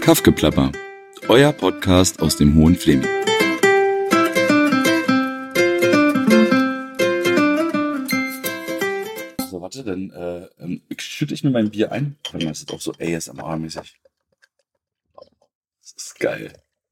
Kaffgeplapper, euer Podcast aus dem Hohen Fleming. So, warte, dann schütte ich mir mein Bier ein. Warte mal, das ist auch so ASMR-mäßig. Das ist geil.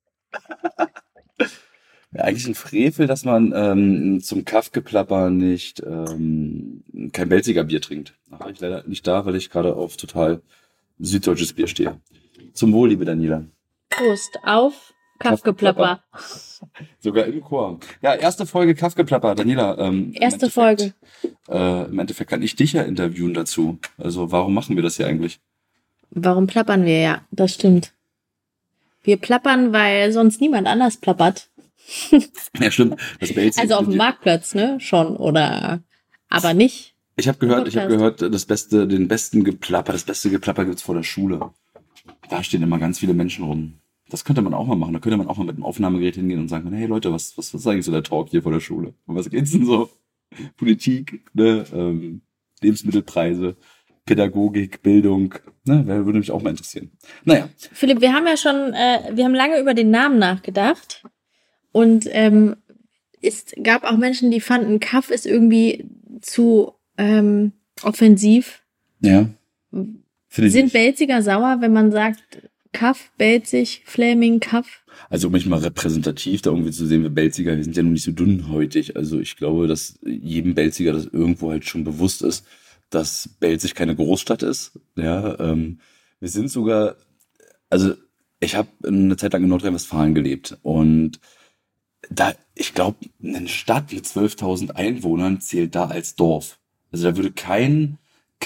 Ja, eigentlich ein Frevel, dass man zum Kaffgeplapper nicht kein Belziger Bier trinkt. Da war ich leider nicht da, weil ich gerade auf total süddeutsches Bier stehe. Zum Wohl, liebe Daniela. Prost auf Kaffgeplapper. Sogar im Chor. Ja, erste Folge Kaffgeplapper, Daniela. Erste Folge. Im Endeffekt kann ich dich ja interviewen dazu. Also warum machen wir das hier eigentlich? Warum plappern wir? Ja, das stimmt. Wir plappern, weil sonst niemand anders plappert. Ja, stimmt. Das Belzig, Also auf dem Marktplatz, ne? Schon, oder aber nicht. Ich habe gehört, das beste Geplapper gibt's vor der Schule. Da stehen immer ganz viele Menschen rum. Das könnte man auch mal machen. Da könnte man auch mal mit einem Aufnahmegerät hingehen und sagen, hey Leute, was ist eigentlich so der Talk hier vor der Schule? Und was geht's denn so? Politik, ne? Lebensmittelpreise, Pädagogik, Bildung, ne? Würde mich auch mal interessieren. Naja. Philipp, wir haben ja schon, wir haben lange über den Namen nachgedacht. Und es gab auch Menschen, die fanden, Kaff ist irgendwie zu offensiv. Ja. Sind Belziger sauer, wenn man sagt Kaff, Belzig, Fläming, Kaff? Also um mich mal repräsentativ da irgendwie zu sehen, wir Belziger, wir sind ja nun nicht so dünnhäutig. Also ich glaube, dass jedem Belziger das irgendwo halt schon bewusst ist, dass Belzig keine Großstadt ist. Ja, wir sind sogar, also ich habe eine Zeit lang in Nordrhein-Westfalen gelebt und da, ich glaube, eine Stadt mit 12.000 Einwohnern zählt da als Dorf. Also da würde keine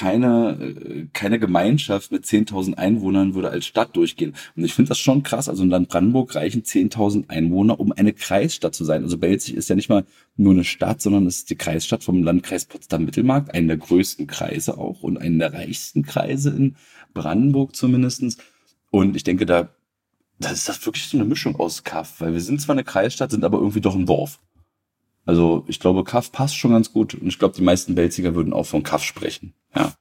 Gemeinschaft mit 10.000 Einwohnern würde als Stadt durchgehen. Und ich finde das schon krass. Also in Land Brandenburg reichen 10.000 Einwohner, um eine Kreisstadt zu sein. Also Belzig ist ja nicht mal nur eine Stadt, sondern es ist die Kreisstadt vom Landkreis Potsdam-Mittelmark, einen der größten Kreise auch und einen der reichsten Kreise in Brandenburg zumindestens. Und ich denke, das ist wirklich so eine Mischung aus Kaff, weil wir sind zwar eine Kreisstadt, sind aber irgendwie doch ein Dorf. Also ich glaube, Kaff passt schon ganz gut und ich glaube, die meisten Belziger würden auch von Kaff sprechen. Ja.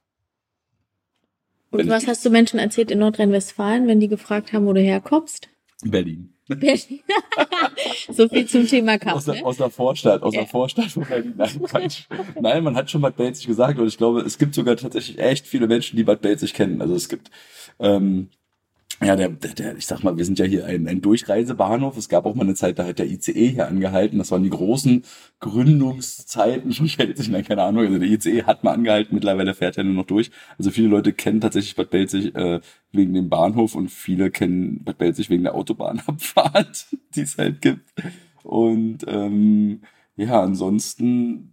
Und was hast du Menschen erzählt in Nordrhein-Westfalen, wenn die gefragt haben, wo du herkommst? Berlin. Berlin. So viel zum Thema Kaff, aus der Vorstadt von Berlin. Nein, man hat schon Bad Belzig gesagt und ich glaube, es gibt sogar tatsächlich echt viele Menschen, die Bad Belzig kennen. Also es gibt ich sag mal, wir sind ja hier ein Durchreisebahnhof. Es gab auch mal eine Zeit, da hat der ICE hier angehalten. Das waren die großen Gründungszeiten von Belzig. Nein, keine Ahnung. Also der ICE hat mal angehalten. Mittlerweile fährt er nur noch durch. Also viele Leute kennen tatsächlich Bad Belzig wegen dem Bahnhof und viele kennen Bad Belzig wegen der Autobahnabfahrt, die es halt gibt. Und ansonsten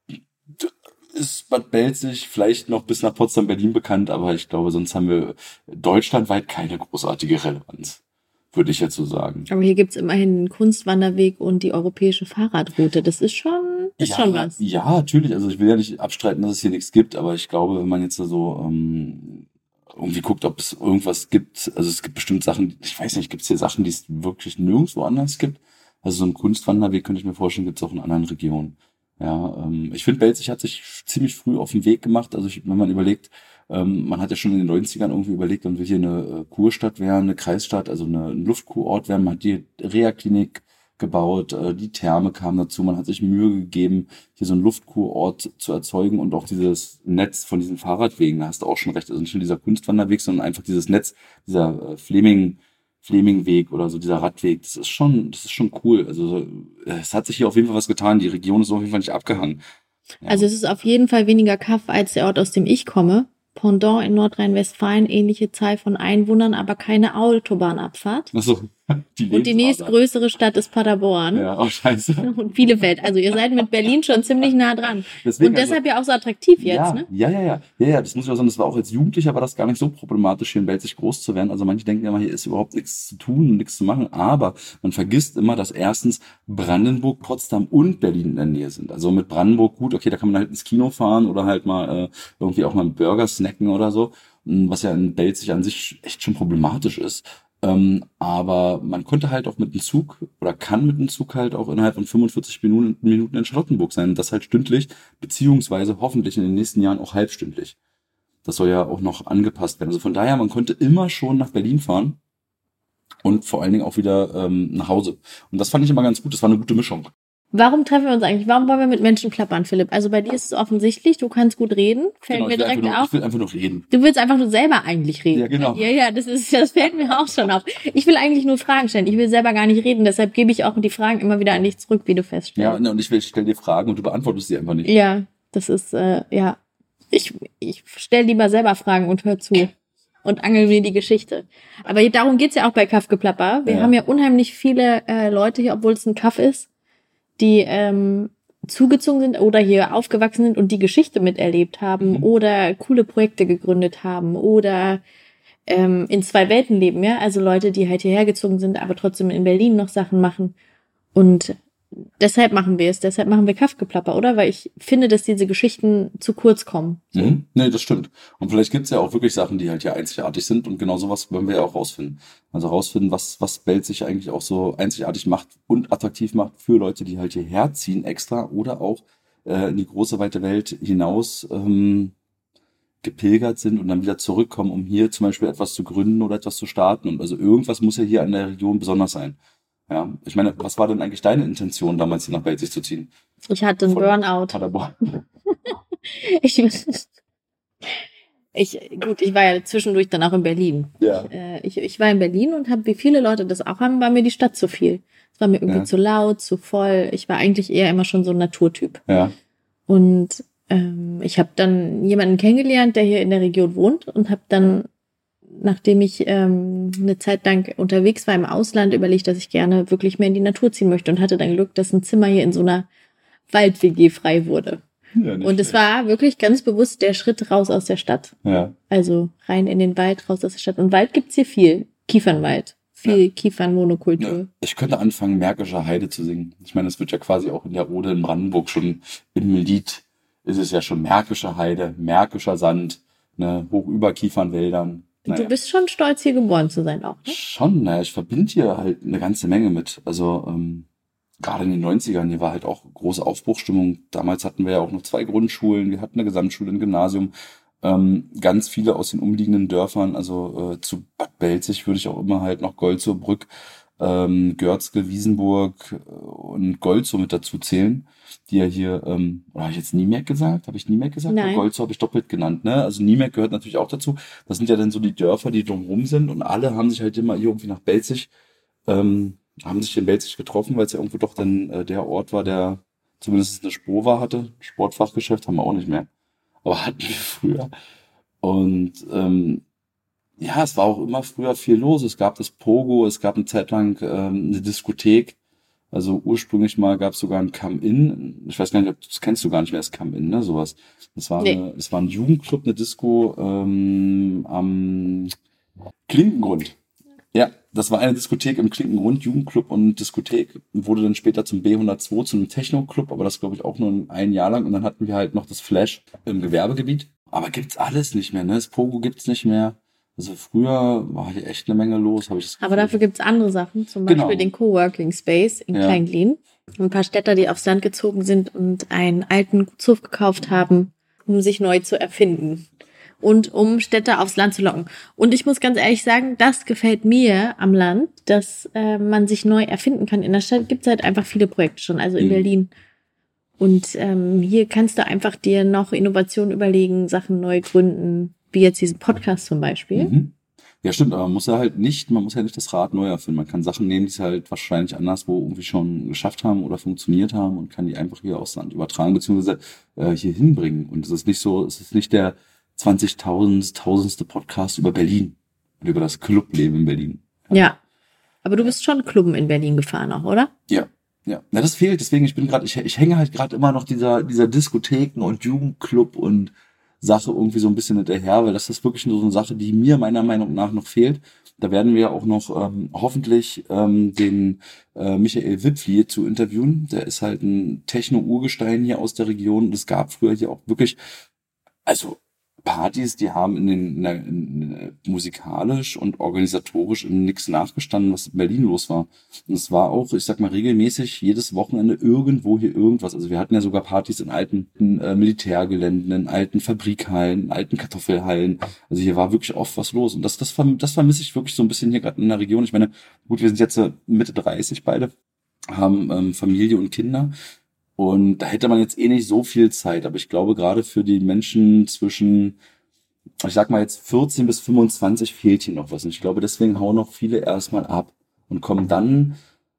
ist Bad Belzig vielleicht noch bis nach Potsdam, Berlin bekannt, aber ich glaube, sonst haben wir deutschlandweit keine großartige Relevanz, würde ich jetzt so sagen. Aber hier gibt's immerhin den Kunstwanderweg und die europäische Fahrradroute. Das ist schon was. Ja, natürlich. Also ich will ja nicht abstreiten, dass es hier nichts gibt, aber ich glaube, wenn man jetzt so irgendwie guckt, ob es irgendwas gibt, also es gibt bestimmt Sachen, ich weiß nicht, gibt es hier Sachen, die es wirklich nirgendwo anders gibt? Also so einen Kunstwanderweg könnte ich mir vorstellen, gibt es auch in anderen Regionen. Ja, ich finde, Belzig hat sich ziemlich früh auf den Weg gemacht. Also wenn man überlegt, man hat ja schon in den 90ern irgendwie überlegt, man will hier eine Kurstadt werden, eine Kreisstadt, also ein Luftkurort werden. Man hat die Reha-Klinik gebaut, die Therme kam dazu. Man hat sich Mühe gegeben, hier so einen Luftkurort zu erzeugen und auch dieses Netz von diesen Fahrradwegen. Da hast du auch schon recht. Also nicht nur dieser Kunstwanderweg, sondern einfach dieses Netz, dieser Flemingweg oder so, dieser Radweg, das ist schon cool. Also es hat sich hier auf jeden Fall was getan. Die Region ist auf jeden Fall nicht abgehangen. Ja. Also es ist auf jeden Fall weniger Kaff als der Ort, aus dem ich komme. Pendant in Nordrhein-Westfalen, ähnliche Zahl von Einwohnern, aber keine Autobahnabfahrt. Ach so. Und die nächstgrößere Stadt ist Paderborn. Ja, oh scheiße. Und Bielefeld. Also ihr seid mit Berlin schon ziemlich nah dran. Deswegen, und deshalb ja auch so attraktiv jetzt, ne? Ja, das muss ich auch sagen, das war auch als Jugendlicher, war das gar nicht so problematisch, hier in Belzig groß zu werden. Also manche denken immer, hier ist überhaupt nichts zu tun und nichts zu machen. Aber man vergisst immer, dass erstens Brandenburg, Potsdam und Berlin in der Nähe sind. Also mit Brandenburg, gut, okay, da kann man halt ins Kino fahren oder halt mal irgendwie auch mal einen Burger snacken oder so. Was ja in Belzig an sich echt schon problematisch ist. Aber man konnte halt auch mit dem Zug oder kann mit dem Zug halt auch innerhalb von 45 Minuten in Charlottenburg sein. Und das halt stündlich, beziehungsweise hoffentlich in den nächsten Jahren auch halbstündlich. Das soll ja auch noch angepasst werden. Also von daher, man konnte immer schon nach Berlin fahren und vor allen Dingen auch wieder nach Hause. Und das fand ich immer ganz gut, das war eine gute Mischung. Warum treffen wir uns eigentlich? Warum wollen wir mit Menschen plappern, Philipp? Also bei dir ist es offensichtlich, du kannst gut reden, fällt Genau, mir direkt auf. Ich will einfach nur reden. Du willst einfach nur selber eigentlich reden. Ja, genau. Ja, das fällt mir auch schon auf. Ich will eigentlich nur Fragen stellen. Ich will selber gar nicht reden, deshalb gebe ich auch die Fragen immer wieder an dich zurück, wie du feststellst. Ja, und ich stelle dir Fragen und du beantwortest sie einfach nicht. Ja, das ist, ja. Ich stell lieber selber Fragen und hör zu. Und angel mir die Geschichte. Aber darum geht's ja auch bei Kaffgeplapper. Wir haben ja unheimlich viele Leute hier, obwohl es ein Kaff ist, die zugezogen sind oder hier aufgewachsen sind und die Geschichte miterlebt haben oder coole Projekte gegründet haben oder in zwei Welten leben, ja. Also Leute, die halt hierher gezogen sind, aber trotzdem in Berlin noch Sachen machen. Und deshalb machen wir es. Deshalb machen wir Kaffgeplapper, oder? Weil ich finde, dass diese Geschichten zu kurz kommen. So. Nee, das stimmt. Und vielleicht gibt's ja auch wirklich Sachen, die halt hier einzigartig sind und genau sowas wollen wir ja auch rausfinden. Also rausfinden, was Belt sich eigentlich auch so einzigartig macht und attraktiv macht für Leute, die halt hierher ziehen extra oder auch in die große weite Welt hinaus gepilgert sind und dann wieder zurückkommen, um hier zum Beispiel etwas zu gründen oder etwas zu starten. Und also irgendwas muss ja hier in der Region besonders sein. Ja, ich meine, was war denn eigentlich deine Intention, damals hier nach Belzig zu ziehen? Ich hatte einen Burnout. Ich war ja zwischendurch dann auch in Berlin. Ja. Ich war in Berlin und habe, wie viele Leute das auch haben, war mir die Stadt zu viel. Es war mir irgendwie zu laut, zu voll. Ich war eigentlich eher immer schon so ein Naturtyp. Ja. Und ich habe dann jemanden kennengelernt, der hier in der Region wohnt und habe dann, nachdem ich eine Zeit lang unterwegs war im Ausland, überlegt, dass ich gerne wirklich mehr in die Natur ziehen möchte und hatte dann Glück, dass ein Zimmer hier in so einer Wald-WG frei wurde. Ja, und es war wirklich ganz bewusst der Schritt raus aus der Stadt. Ja. Also rein in den Wald, raus aus der Stadt. Und Wald gibt's hier viel. Kiefernwald. Viel Kiefernmonokultur. Ja. Ich könnte anfangen, Märkische Heide zu singen. Ich meine, das wird ja quasi auch in der Ode in Brandenburg schon im Lied ist es ja schon Märkische Heide, Märkischer Sand, ne, hoch über Kiefernwäldern. Naja. Du bist schon stolz, hier geboren zu sein auch, ne? Schon, naja, ich verbinde hier halt eine ganze Menge mit. Also gerade in den 90ern, hier war halt auch große Aufbruchsstimmung. Damals hatten wir ja auch noch 2 Grundschulen, wir hatten eine Gesamtschule, ein Gymnasium. Ganz viele aus den umliegenden Dörfern, also zu Bad Belzig würde ich auch immer halt noch Golzurbrück, Görzge, Wiesenburg und Golzow mit dazu zählen, die ja hier, oder habe ich jetzt Niemek gesagt? Habe ich Niemek gesagt? Nein. Golzow habe ich doppelt genannt, ne? Also Niemek gehört natürlich auch dazu. Das sind ja dann so die Dörfer, die drumherum sind und alle haben sich halt immer hier irgendwie nach Belzig, haben sich in Belzig getroffen, weil es ja irgendwo doch dann der Ort war, der zumindest eine Spova hatte. Sportfachgeschäft haben wir auch nicht mehr. Aber hatten wir früher. Und ja, es war auch immer früher viel los. Es gab das Pogo, es gab eine Zeit lang eine Diskothek. Also ursprünglich mal gab es sogar ein Come-In. Ich weiß gar nicht, das kennst du gar nicht mehr, das Come-In, ne? Sowas. Das war, das war ein Jugendclub, eine Disco am Klinkengrund. Ja, das war eine Diskothek im Klinkengrund, Jugendclub und Diskothek. Wurde dann später zum B102, zu einem Techno-Club, aber das glaube ich auch nur ein Jahr lang. Und dann hatten wir halt noch das Flash im Gewerbegebiet. Aber gibt's alles nicht mehr, ne? Das Pogo gibt's nicht mehr. Also früher war hier echt eine Menge los, habe ich das Gefühl. Aber dafür gibt's andere Sachen, zum Beispiel den Coworking Space in Kleinglien. Ein paar Städter, die aufs Land gezogen sind und einen alten Gutshof gekauft haben, um sich neu zu erfinden. Und um Städter aufs Land zu locken. Und ich muss ganz ehrlich sagen, das gefällt mir am Land, dass man sich neu erfinden kann. In der Stadt gibt's halt einfach viele Projekte schon, also in Berlin. Und hier kannst du einfach dir noch Innovationen überlegen, Sachen neu gründen, wie jetzt diesen Podcast zum Beispiel. Ja, stimmt, aber man muss ja nicht das Rad neu erfinden. Man kann Sachen nehmen, die es halt wahrscheinlich anderswo irgendwie schon geschafft haben oder funktioniert haben und kann die einfach hier aufs Land übertragen, beziehungsweise hier hinbringen. Und es ist nicht der 20.000. Podcast über Berlin und über das Clubleben in Berlin. Ja. Aber du bist schon Clubben in Berlin gefahren auch, oder? Ja. Ja, das fehlt. Deswegen, ich hänge halt gerade immer noch dieser Diskotheken und Jugendclub und Sache irgendwie so ein bisschen hinterher, weil das ist wirklich nur so eine Sache, die mir meiner Meinung nach noch fehlt. Da werden wir auch noch hoffentlich den Michael Wipfli zu interviewen. Der ist halt ein Techno-Urgestein hier aus der Region. Und es gab früher hier auch wirklich, also Partys, die haben musikalisch und organisatorisch in nichts nachgestanden, was in Berlin los war. Und es war auch, ich sag mal, regelmäßig jedes Wochenende irgendwo hier irgendwas. Also wir hatten ja sogar Partys in alten Militärgeländen, in alten Fabrikhallen, in alten Kartoffelhallen. Also hier war wirklich oft was los. Und das vermisse ich wirklich so ein bisschen hier gerade in der Region. Ich meine, gut, wir sind jetzt Mitte 30 beide, haben Familie und Kinder. Und da hätte man jetzt eh nicht so viel Zeit, aber ich glaube, gerade für die Menschen zwischen, ich sag mal jetzt 14 bis 25 fehlt hier noch was. Und ich glaube, deswegen hauen noch viele erstmal ab und kommen dann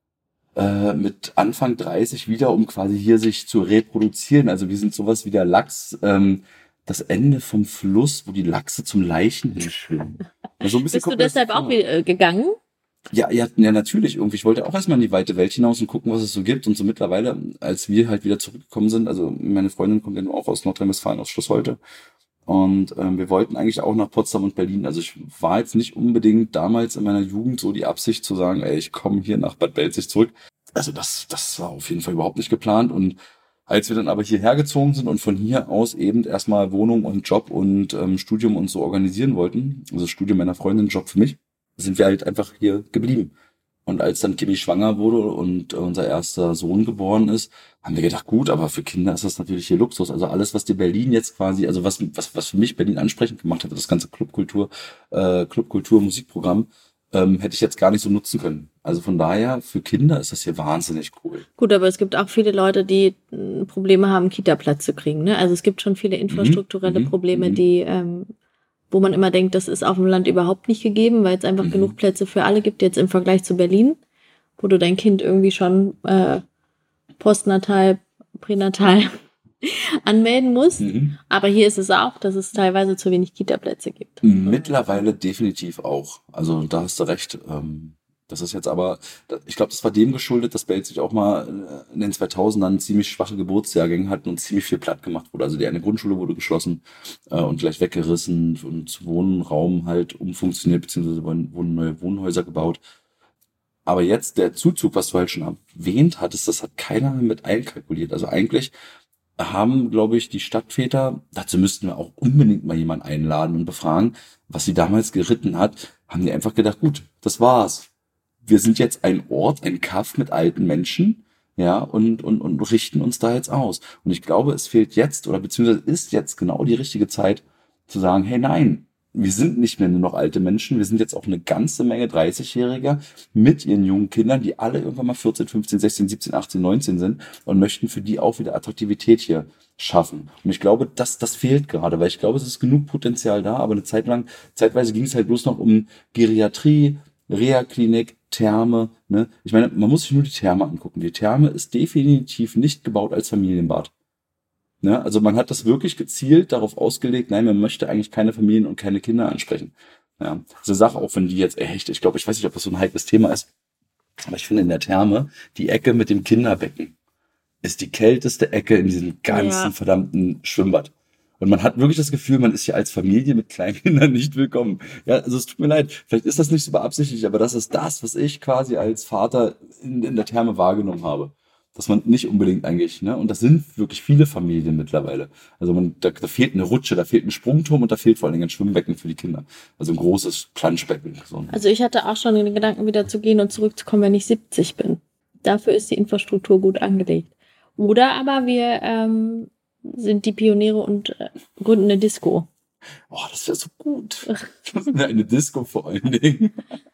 mit Anfang 30 wieder, um quasi hier sich zu reproduzieren. Also wir sind sowas wie der Lachs, das Ende vom Fluss, wo die Lachse zum Leichen hinschwimmen. Also ein bisschen Bist du deshalb auch gegangen? Ja, natürlich irgendwie. Ich wollte auch erstmal in die weite Welt hinaus und gucken, was es so gibt. Und so mittlerweile, als wir halt wieder zurückgekommen sind, also meine Freundin kommt ja nur auch aus Nordrhein-Westfalen, aus Schloss Holte. Und wir wollten eigentlich auch nach Potsdam und Berlin. Also ich war jetzt nicht unbedingt damals in meiner Jugend so die Absicht zu sagen, ey, ich komme hier nach Bad Belzig zurück. Also das war auf jeden Fall überhaupt nicht geplant. Und als wir dann aber hierher gezogen sind und von hier aus eben erstmal Wohnung und Job und Studium und so organisieren wollten, also Studium meiner Freundin, Job für mich, sind wir halt einfach hier geblieben. Und als dann Kimi schwanger wurde und unser erster Sohn geboren ist, haben wir gedacht, gut, aber für Kinder ist das natürlich hier Luxus. Also alles, was dir Berlin jetzt quasi, also was für mich Berlin ansprechend gemacht hat, das ganze Clubkultur, Musikprogramm, hätte ich jetzt gar nicht so nutzen können. Also von daher, für Kinder ist das hier wahnsinnig cool. Gut, aber es gibt auch viele Leute, die Probleme haben, Kita-Platz zu kriegen, ne? Also es gibt schon viele infrastrukturelle Probleme, die wo man immer denkt, das ist auf dem Land überhaupt nicht gegeben, weil es einfach genug Plätze für alle gibt, jetzt im Vergleich zu Berlin, wo du dein Kind irgendwie schon postnatal, pränatal anmelden musst. Aber hier ist es auch, dass es teilweise zu wenig Kita-Plätze gibt. Mittlerweile definitiv auch. Also da hast du recht. Das ist jetzt aber, ich glaube, das war dem geschuldet, dass Belzig auch mal in den 2000ern ziemlich schwache Geburtsjahrgänge hatten und ziemlich viel platt gemacht wurde. Also die eine Grundschule wurde geschlossen und gleich weggerissen und zu Wohnraum halt umfunktioniert, beziehungsweise wurden neue Wohnhäuser gebaut. Aber jetzt der Zuzug, was du halt schon erwähnt hattest, das hat keiner mit einkalkuliert. Also eigentlich haben, glaube ich, die Stadtväter, dazu müssten wir auch unbedingt mal jemanden einladen und befragen, was sie damals geritten hat, haben die einfach gedacht, gut, das war's. Wir sind jetzt ein Ort, ein Kaff mit alten Menschen, ja, und richten uns da jetzt aus. Und ich glaube, es fehlt jetzt, oder beziehungsweise ist jetzt genau die richtige Zeit, zu sagen, hey, nein, wir sind nicht mehr nur noch alte Menschen, wir sind jetzt auch eine ganze Menge 30-Jähriger mit ihren jungen Kindern, die alle irgendwann mal 14, 15, 16, 17, 18, 19 sind und möchten für die auch wieder Attraktivität hier schaffen. Und ich glaube, das fehlt gerade, weil ich glaube, es ist genug Potenzial da, aber zeitweise ging es halt bloß noch um Geriatrie, Reha-Klinik, Therme, ne? Ich meine, man muss sich nur die Therme angucken. Die Therme ist definitiv nicht gebaut als Familienbad. Ne? Also man hat das wirklich gezielt darauf ausgelegt, nein, man möchte eigentlich keine Familien und keine Kinder ansprechen. Ja, das ist eine Sache, auch wenn die jetzt echt, ich glaube, ich weiß nicht, ob das so ein heikles Thema ist, aber ich finde in der Therme, die Ecke mit dem Kinderbecken ist die kälteste Ecke in diesem ganzen verdammten Schwimmbad. Und man hat wirklich das Gefühl, man ist hier als Familie mit Kleinkindern nicht willkommen. Ja, also es tut mir leid, vielleicht ist das nicht so beabsichtigt, aber das ist das, was ich quasi als Vater in der Therme wahrgenommen habe. Dass man nicht unbedingt eigentlich, ne, und das sind wirklich viele Familien mittlerweile. Also da fehlt eine Rutsche, da fehlt ein Sprungturm und da fehlt vor allen Dingen ein Schwimmbecken für die Kinder. Also ein großes Planschbecken. So. Also ich hatte auch schon den Gedanken, wieder zu gehen und zurückzukommen, wenn ich 70 bin. Dafür ist die Infrastruktur gut angelegt. Oder aber wir sind die Pioniere und gründen eine Disco. Oh, das wäre so gut. Eine Disco vor allen Dingen.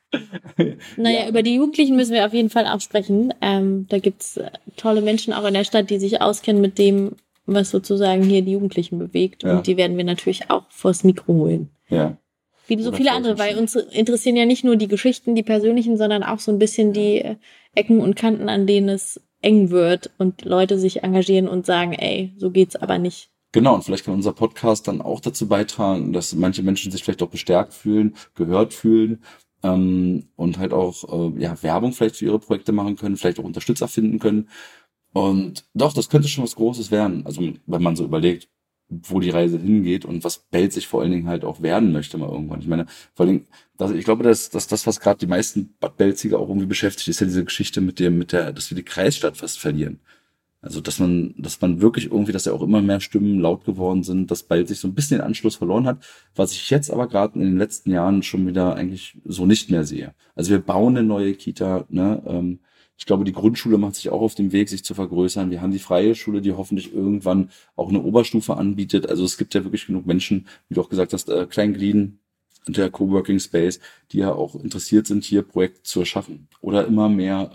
Naja, über die Jugendlichen müssen wir auf jeden Fall auch sprechen. Da gibt's tolle Menschen auch in der Stadt, die sich auskennen mit dem, was sozusagen hier die Jugendlichen bewegt. Ja. Und die werden wir natürlich auch vors Mikro holen. Ja. Wie so viele andere, weil uns interessieren ja nicht nur die Geschichten, die persönlichen, sondern auch so ein bisschen die Ecken und Kanten, an denen es eng wird und Leute sich engagieren und sagen, ey, so geht's aber nicht. Genau, und vielleicht kann unser Podcast dann auch dazu beitragen, dass manche Menschen sich vielleicht auch bestärkt fühlen, gehört fühlen und halt auch Werbung vielleicht für ihre Projekte machen können, vielleicht auch Unterstützer finden können. Und doch, das könnte schon was Großes werden. Also wenn man so überlegt, wo die Reise hingeht und was Belzig vor allen Dingen halt auch werden möchte mal irgendwann. Ich meine, vor allen Dingen, ich glaube, dass das, was gerade die meisten Bad Belziger auch irgendwie beschäftigt, ist ja diese Geschichte dass wir die Kreisstadt fast verlieren. Also, dass man wirklich irgendwie, dass ja auch immer mehr Stimmen laut geworden sind, dass Belzig so ein bisschen den Anschluss verloren hat, was ich jetzt aber gerade in den letzten Jahren schon wieder eigentlich so nicht mehr sehe. Also wir bauen eine neue Kita, ne? Ich glaube, die Grundschule macht sich auch auf dem Weg, sich zu vergrößern. Wir haben die freie Schule, die hoffentlich irgendwann auch eine Oberstufe anbietet. Also es gibt ja wirklich genug Menschen, wie du auch gesagt hast, Kleinglieden, der Coworking Space, die ja auch interessiert sind, hier Projekte zu erschaffen. Oder immer mehr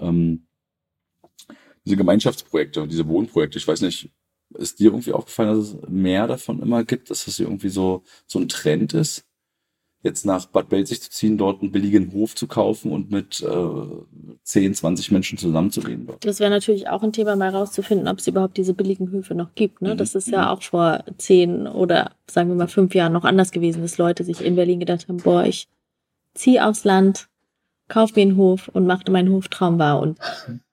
diese Gemeinschaftsprojekte, diese Wohnprojekte. Ich weiß nicht, ist dir irgendwie aufgefallen, dass es mehr davon immer gibt, dass das irgendwie so ein Trend ist, jetzt nach Bad Belzig zu ziehen, dort einen billigen Hof zu kaufen und mit 10, 20 Menschen zusammenzuleben dort. Das wäre natürlich auch ein Thema, mal rauszufinden, ob es überhaupt diese billigen Höfe noch gibt. Ne? Mhm. Das ist ja auch vor 10 oder sagen wir mal 5 Jahren noch anders gewesen, dass Leute sich in Berlin gedacht haben, boah, ich ziehe aufs Land, kauf mir einen Hof und machte meinen Hoftraum wahr. Und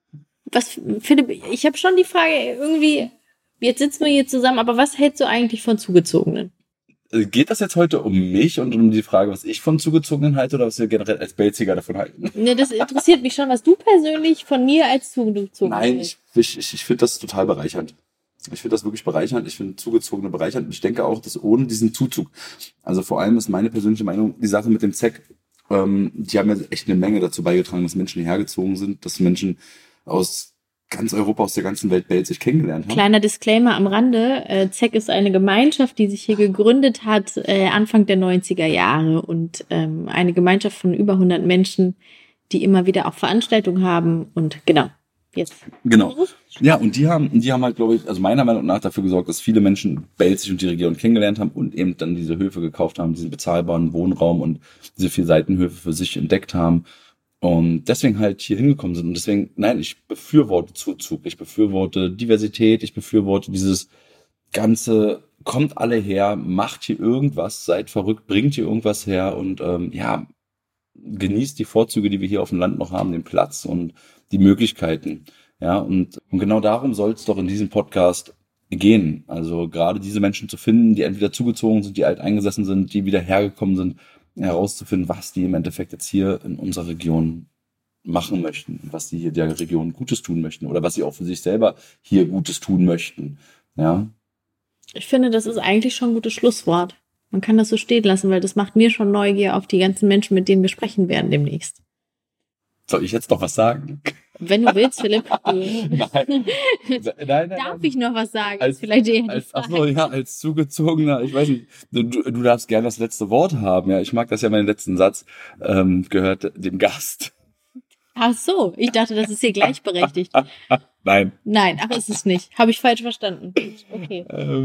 was, Philipp, ich habe schon die Frage irgendwie, jetzt sitzen wir hier zusammen, aber was hältst du eigentlich von Zugezogenen? Geht das jetzt heute um mich und um die Frage, was ich von Zugezogenen halte oder was wir generell als Belziger davon halten? Ne, das interessiert mich schon, was du persönlich von mir als Zugezogenen hältst. Nein, ich finde das total bereichernd. Ich finde das wirklich bereichernd. Ich finde Zugezogene bereichernd. Ich denke auch, dass ohne diesen Zuzug, also vor allem ist meine persönliche Meinung, die Sache mit dem ZEC, die haben ja echt eine Menge dazu beigetragen, dass Menschen hierher gezogen sind, dass Menschen aus ganz Europa, aus der ganzen Welt Belzig kennengelernt haben. Kleiner Disclaimer am Rande. ZEC ist eine Gemeinschaft, die sich hier gegründet hat Anfang der 90er Jahre und eine Gemeinschaft von über 100 Menschen, die immer wieder auch Veranstaltungen haben und genau. Jetzt. Genau. Ja, und die haben halt, glaube ich, also meiner Meinung nach dafür gesorgt, dass viele Menschen Belzig und die Region kennengelernt haben und eben dann diese Höfe gekauft haben, diesen bezahlbaren Wohnraum und diese 4 Seitenhöfe für sich entdeckt haben. Und deswegen halt hier hingekommen sind. Und deswegen, nein, ich befürworte Zuzug, ich befürworte Diversität, ich befürworte dieses ganze, kommt alle her, macht hier irgendwas, seid verrückt, bringt hier irgendwas her und genießt die Vorzüge, die wir hier auf dem Land noch haben, den Platz und die Möglichkeiten. Ja, und genau darum soll es doch in diesem Podcast gehen. Also gerade diese Menschen zu finden, die entweder zugezogen sind, die alteingesessen sind, die wieder hergekommen sind, herauszufinden, was die im Endeffekt jetzt hier in unserer Region machen möchten, was die hier der Region Gutes tun möchten oder was sie auch für sich selber hier Gutes tun möchten. Ja. Ich finde, das ist eigentlich schon ein gutes Schlusswort. Man kann das so stehen lassen, weil das macht mir schon Neugier auf die ganzen Menschen, mit denen wir sprechen werden demnächst. Soll ich jetzt noch was sagen? Wenn du willst, Philipp. Nein. Darf ich noch was sagen? Als, vielleicht als Zugezogener, ich weiß nicht, du darfst gerne das letzte Wort haben. Ja, ich mag das ja, meinen letzten Satz gehört dem Gast. Ach so, ich dachte, das ist hier gleichberechtigt. Nein. Nein, ach, ist es nicht. Habe ich falsch verstanden. Okay.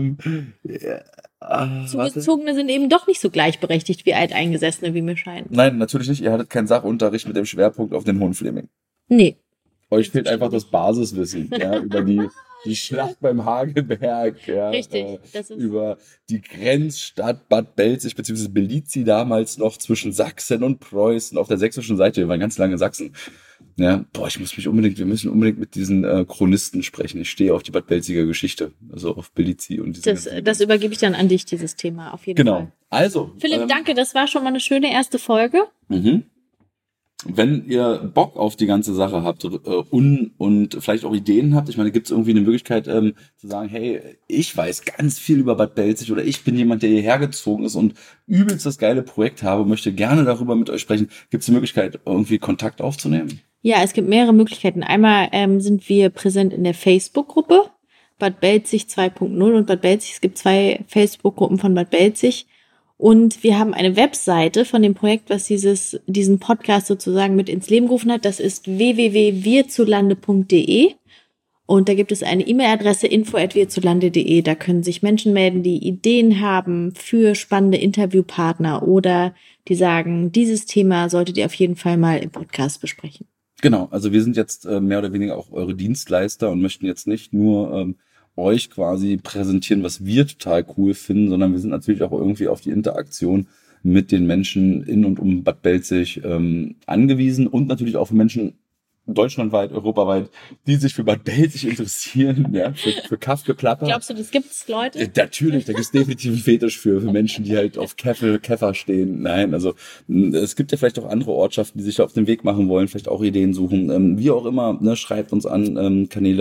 Zugezogene sind eben doch nicht so gleichberechtigt wie Alteingesessene, wie mir scheint. Nein, natürlich nicht. Ihr hattet keinen Sachunterricht mit dem Schwerpunkt auf den Hohenfleming. Nee. Euch fehlt einfach das Basiswissen, ja, über die Schlacht beim Hagelberg, ja, Richtig, das ist über die Grenzstadt Bad Belzig bzw. Belizi damals noch zwischen Sachsen und Preußen auf der sächsischen Seite. Wir waren ganz lange Sachsen. Ja, boah, wir müssen unbedingt mit diesen Chronisten sprechen. Ich stehe auf die Bad Belziger Geschichte, also auf Belizi und das übergebe ich dann an dich, dieses Thema, auf jeden Fall. Genau. Also. Philipp, danke, das war schon mal eine schöne erste Folge. Mhm. Wenn ihr Bock auf die ganze Sache habt und vielleicht auch Ideen habt, ich meine, gibt es irgendwie eine Möglichkeit zu sagen, hey, ich weiß ganz viel über Bad Belzig oder ich bin jemand, der hierher gezogen ist und übelst das geile Projekt habe, möchte gerne darüber mit euch sprechen. Gibt es die Möglichkeit, irgendwie Kontakt aufzunehmen? Ja, es gibt mehrere Möglichkeiten. Einmal sind wir präsent in der Facebook-Gruppe Bad Belzig 2.0 und Bad Belzig. Es gibt 2 Facebook-Gruppen von Bad Belzig. Und wir haben eine Webseite von dem Projekt, was diesen Podcast sozusagen mit ins Leben gerufen hat. Das ist www.wirzulande.de. Und da gibt es eine E-Mail-Adresse info@wirzulande.de. Da können sich Menschen melden, die Ideen haben für spannende Interviewpartner oder die sagen, dieses Thema solltet ihr auf jeden Fall mal im Podcast besprechen. Genau, also wir sind jetzt mehr oder weniger auch eure Dienstleister und möchten jetzt nicht nur euch quasi präsentieren, was wir total cool finden, sondern wir sind natürlich auch irgendwie auf die Interaktion mit den Menschen in und um Bad Belzig angewiesen und natürlich auch für Menschen deutschlandweit, europaweit, die sich für Bad Belzig interessieren, ja, für Kaffgeplapper. Glaubst du, das gibt's Leute? Ja, natürlich, da gibt's definitiv einen Fetisch für Menschen, die halt auf Käfer stehen. Nein, also es gibt ja vielleicht auch andere Ortschaften, die sich auf den Weg machen wollen, vielleicht auch Ideen suchen. Wie auch immer, ne, schreibt uns an, Kanäle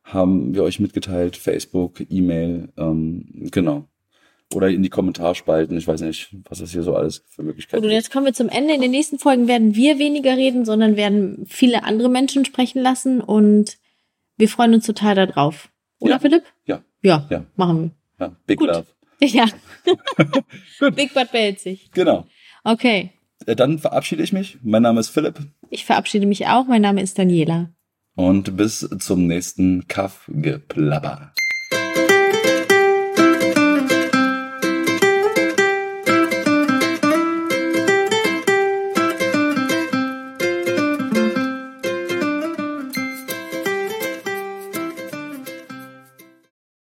haben wir euch mitgeteilt. Facebook, E-Mail, genau. Oder in die Kommentarspalten. Ich weiß nicht, was das hier so alles für Möglichkeiten Gut, und gibt. jetzt kommen wir zum Ende. In den nächsten Folgen werden wir weniger reden, sondern werden viele andere Menschen sprechen lassen. Und wir freuen uns total darauf. Oder, Ja. Philipp? Ja. Ja, Ja. machen Ja, Big Gut. Love. wir. Ja. Gut. Big Bad behält sich. Genau. Okay. Dann verabschiede ich mich. Mein Name ist Philipp. Ich verabschiede mich auch. Mein Name ist Daniela. Und bis zum nächsten Kaffgeplapper.